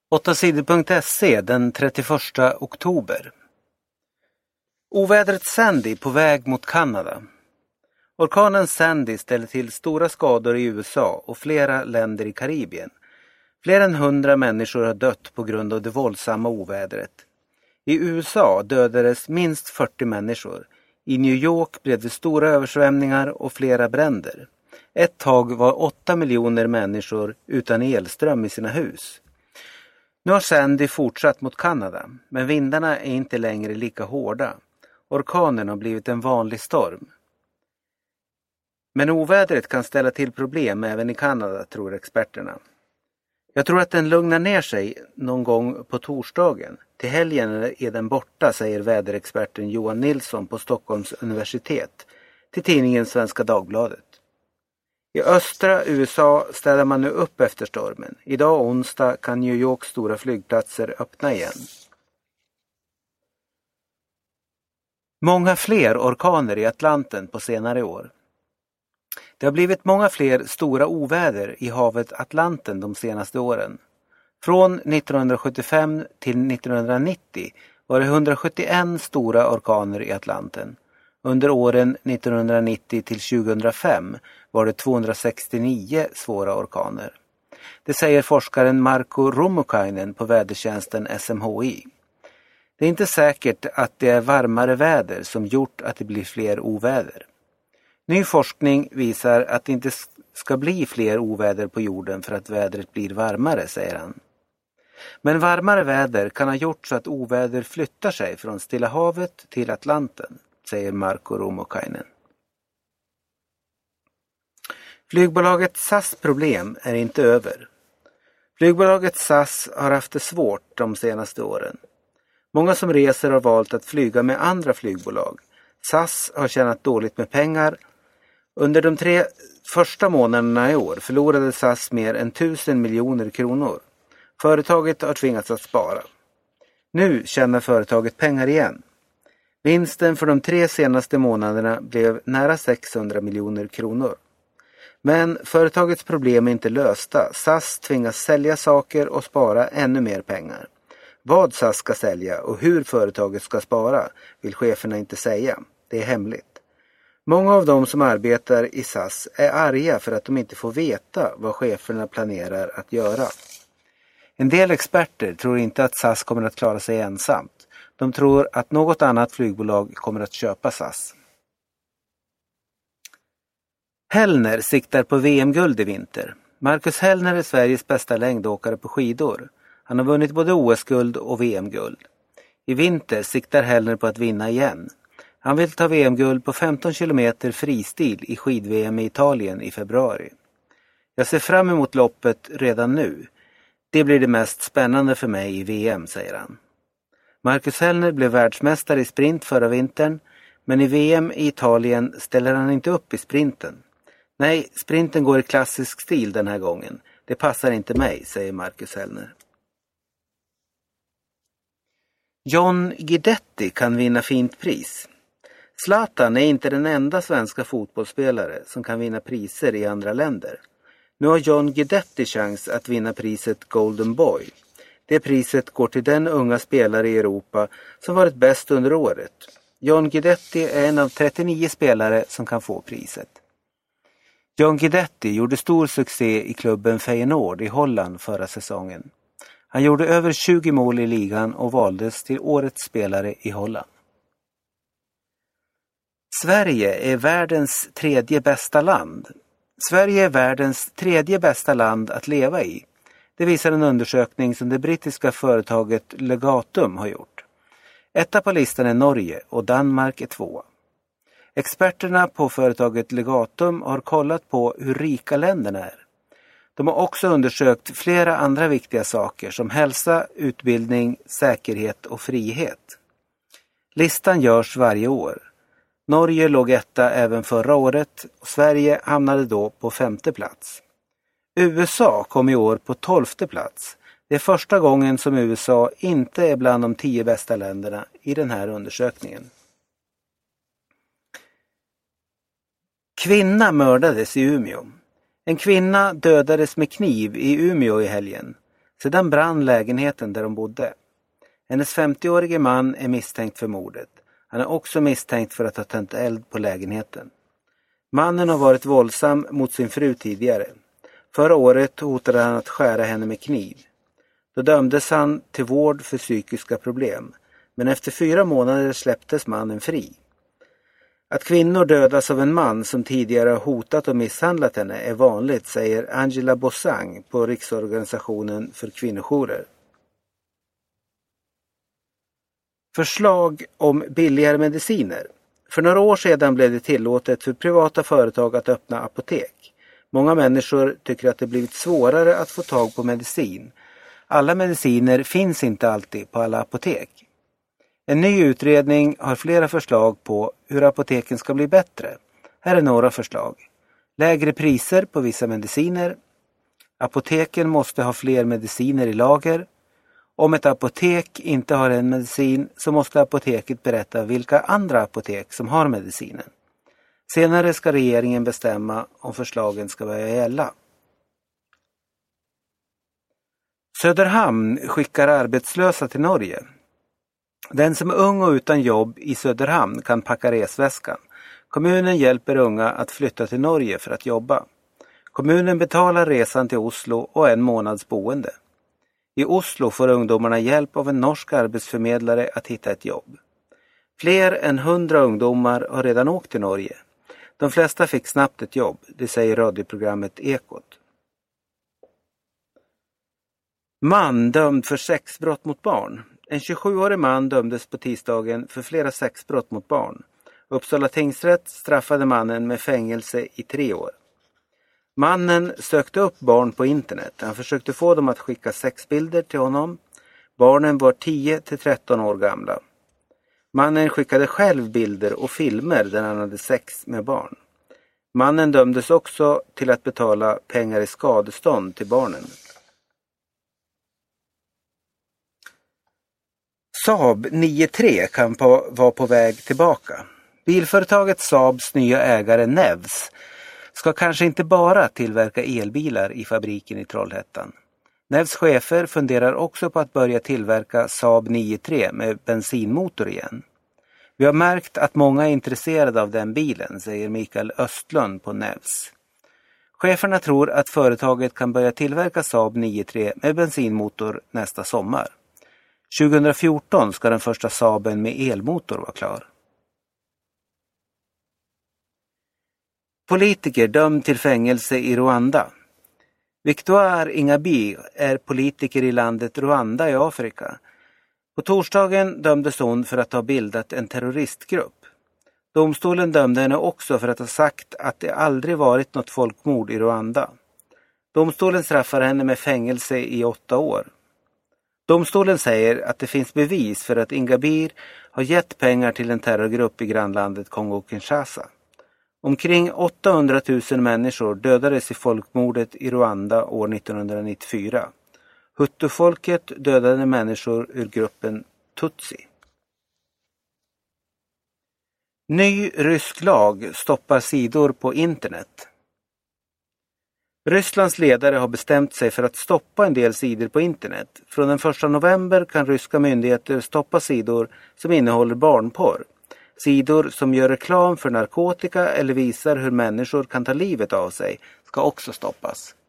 8sidor.se den 31 oktober. Ovädret Sandy på väg mot Kanada. Orkanen Sandy ställer till stora skador i USA och flera länder i Karibien. Fler än 100 människor har dött på grund av det våldsamma ovädret. I USA dödades minst 40 människor. I New York blev det stora översvämningar och flera bränder. Ett tag var 8 miljoner människor utan elström i sina hus. Nu har Sandy fortsatt mot Kanada, men vindarna är inte längre lika hårda. Orkanen har blivit en vanlig storm. Men ovädret kan ställa till problem även i Kanada, tror experterna. Jag tror att den lugnar ner sig någon gång på torsdagen. Till helgen är den borta, säger väderexperten Johan Nilsson på Stockholms universitet till tidningen Svenska Dagbladet. I östra USA ställer man nu upp efter stormen. Idag onsdag kan New Yorks stora flygplatser öppna igen. Många fler orkaner i Atlanten på senare år. Det har blivit många fler stora oväder i havet Atlanten de senaste åren. Från 1975 till 1990 var det 171 stora orkaner i Atlanten. Under åren 1990 till 2005 var det 269 svåra orkaner. Det säger forskaren Marko Rummukainen på vädertjänsten SMHI. Det är inte säkert att det är varmare väder som gjort att det blir fler oväder. Ny forskning visar att det inte ska bli fler oväder på jorden för att vädret blir varmare, säger han. Men varmare väder kan ha gjort så att oväder flyttar sig från Stilla havet till Atlanten, säger Marko Rummukainen. Flygbolaget SAS problem är inte över. Flygbolaget SAS har haft det svårt de senaste åren. Många som reser har valt att flyga med andra flygbolag. SAS har tjänat dåligt med pengar. Under de 3 första månaderna i år förlorade SAS mer än 1000 miljoner kronor. Företaget har tvingats att spara. Nu tjänar företaget pengar igen. Vinsten för de 3 senaste månaderna blev nära 600 miljoner kronor. Men företagets problem är inte lösta. SAS tvingas sälja saker och spara ännu mer pengar. Vad SAS ska sälja och hur företaget ska spara vill cheferna inte säga. Det är hemligt. Många av dem som arbetar i SAS är arga för att de inte får veta vad cheferna planerar att göra. En del experter tror inte att SAS kommer att klara sig ensamt. De tror att något annat flygbolag kommer att köpa SAS. Hellner siktar på VM-guld i vinter. Marcus Hellner är Sveriges bästa längdåkare på skidor. Han har vunnit både OS-guld och VM-guld. I vinter siktar Hellner på att vinna igen. Han vill ta VM-guld på 15 kilometer fristil i skid-VM i Italien i februari. Jag ser fram emot loppet redan nu. Det blir det mest spännande för mig i VM, säger han. Marcus Hellner blev världsmästare i sprint förra vintern, men i VM i Italien ställer han inte upp i sprinten. Nej, sprinten går i klassisk stil den här gången. Det passar inte mig, säger Marcus Hellner. John Guidetti kan vinna fint pris. Zlatan är inte den enda svenska fotbollsspelare som kan vinna priser i andra länder. Nu har John Guidetti chans att vinna priset Golden Boy. Det priset går till den unga spelare i Europa som varit bäst under året. John Guidetti är en av 39 spelare som kan få priset. John Guidetti gjorde stor succé i klubben Feyenoord i Holland förra säsongen. Han gjorde över 20 mål i ligan och valdes till årets spelare i Holland. Sverige är världens 3:e bästa land. Sverige är världens 3:e bästa land att leva i. Det visar en undersökning som det brittiska företaget Legatum har gjort. Etta på listan är Norge och Danmark är 2. Experterna på företaget Legatum har kollat på hur rika länderna är. De har också undersökt flera andra viktiga saker som hälsa, utbildning, säkerhet och frihet. Listan görs varje år. Norge låg etta även förra året och Sverige hamnade då på 5:e plats. USA kom i år på 12:e plats. Det är första gången som USA inte är bland de 10 bästa länderna i den här undersökningen. Kvinna mördades i Umeå. En kvinna dödades med kniv i Umeå i helgen. Sedan brann lägenheten där de bodde. Hennes 50-årige man är misstänkt för mordet. Han är också misstänkt för att ha tänt eld på lägenheten. Mannen har varit våldsam mot sin fru tidigare. Förra året hotade han att skära henne med kniv. Då dömdes han till vård för psykiska problem. Men efter 4 månader släpptes mannen fri. Att kvinnor dödas av en man som tidigare har hotat och misshandlat henne är vanligt, säger Angela Bossang på Riksorganisationen för kvinnojourer. Förslag om billigare mediciner. För några år sedan blev det tillåtet för privata företag att öppna apotek. Många människor tycker att det blivit svårare att få tag på medicin. Alla mediciner finns inte alltid på alla apotek. En ny utredning har flera förslag på hur apoteken ska bli bättre. Här är några förslag. Lägre priser på vissa mediciner. Apoteken måste ha fler mediciner i lager. Om ett apotek inte har en medicin så måste apoteket berätta vilka andra apotek som har medicinen. Senare ska regeringen bestämma om förslagen ska börja gälla. Söderhamn skickar arbetslösa till Norge. Den som är ung och utan jobb i Söderhamn kan packa resväskan. Kommunen hjälper unga att flytta till Norge för att jobba. Kommunen betalar resan till Oslo och 1 månads boende. I Oslo får ungdomarna hjälp av en norsk arbetsförmedlare att hitta ett jobb. Fler än 100 ungdomar har redan åkt till Norge. De flesta fick snabbt ett jobb, det säger radioprogrammet Ekot. Man dömd för sexbrott mot barn. En 27-årig man dömdes på tisdagen för flera sexbrott mot barn. Uppsala tingsrätt straffade mannen med fängelse i 3 år. Mannen sökte upp barn på internet. Han försökte få dem att skicka sexbilder till honom. Barnen var 10-13 år gamla. Mannen skickade själv bilder och filmer där han hade sex med barn. Mannen dömdes också till att betala pengar i skadestånd till barnen. Saab 9-3 kan vara på väg tillbaka. Bilföretaget Saabs nya ägare Nevs ska kanske inte bara tillverka elbilar i fabriken i Trollhättan. Nevs chefer funderar också på att börja tillverka Saab 9-3 med bensinmotor igen. Vi har märkt att många är intresserade av den bilen, säger Mikael Östlund på Nevs. Cheferna tror att företaget kan börja tillverka Saab 9-3 med bensinmotor nästa sommar. 2014 ska den första Saaben med elmotor vara klar. Politiker dömd till fängelse i Rwanda. Victoire Ingabire är politiker i landet Rwanda i Afrika. På torsdagen dömdes hon för att ha bildat en terroristgrupp. Domstolen dömde henne också för att ha sagt att det aldrig varit något folkmord i Rwanda. Domstolen straffar henne med fängelse i 8 år. Domstolen säger att det finns bevis för att Ingabire har gett pengar till en terrorgrupp i grannlandet Kongo-Kinshasa. Omkring 800 000 människor dödades i folkmordet i Rwanda år 1994. Hutu-folket dödade människor ur gruppen Tutsi. Ny rysk lag stoppar sidor på internet. Rysslands ledare har bestämt sig för att stoppa en del sidor på internet. Från den 1 november kan ryska myndigheter stoppa sidor som innehåller barnporr. Sidor som gör reklam för narkotika eller visar hur människor kan ta livet av sig ska också stoppas.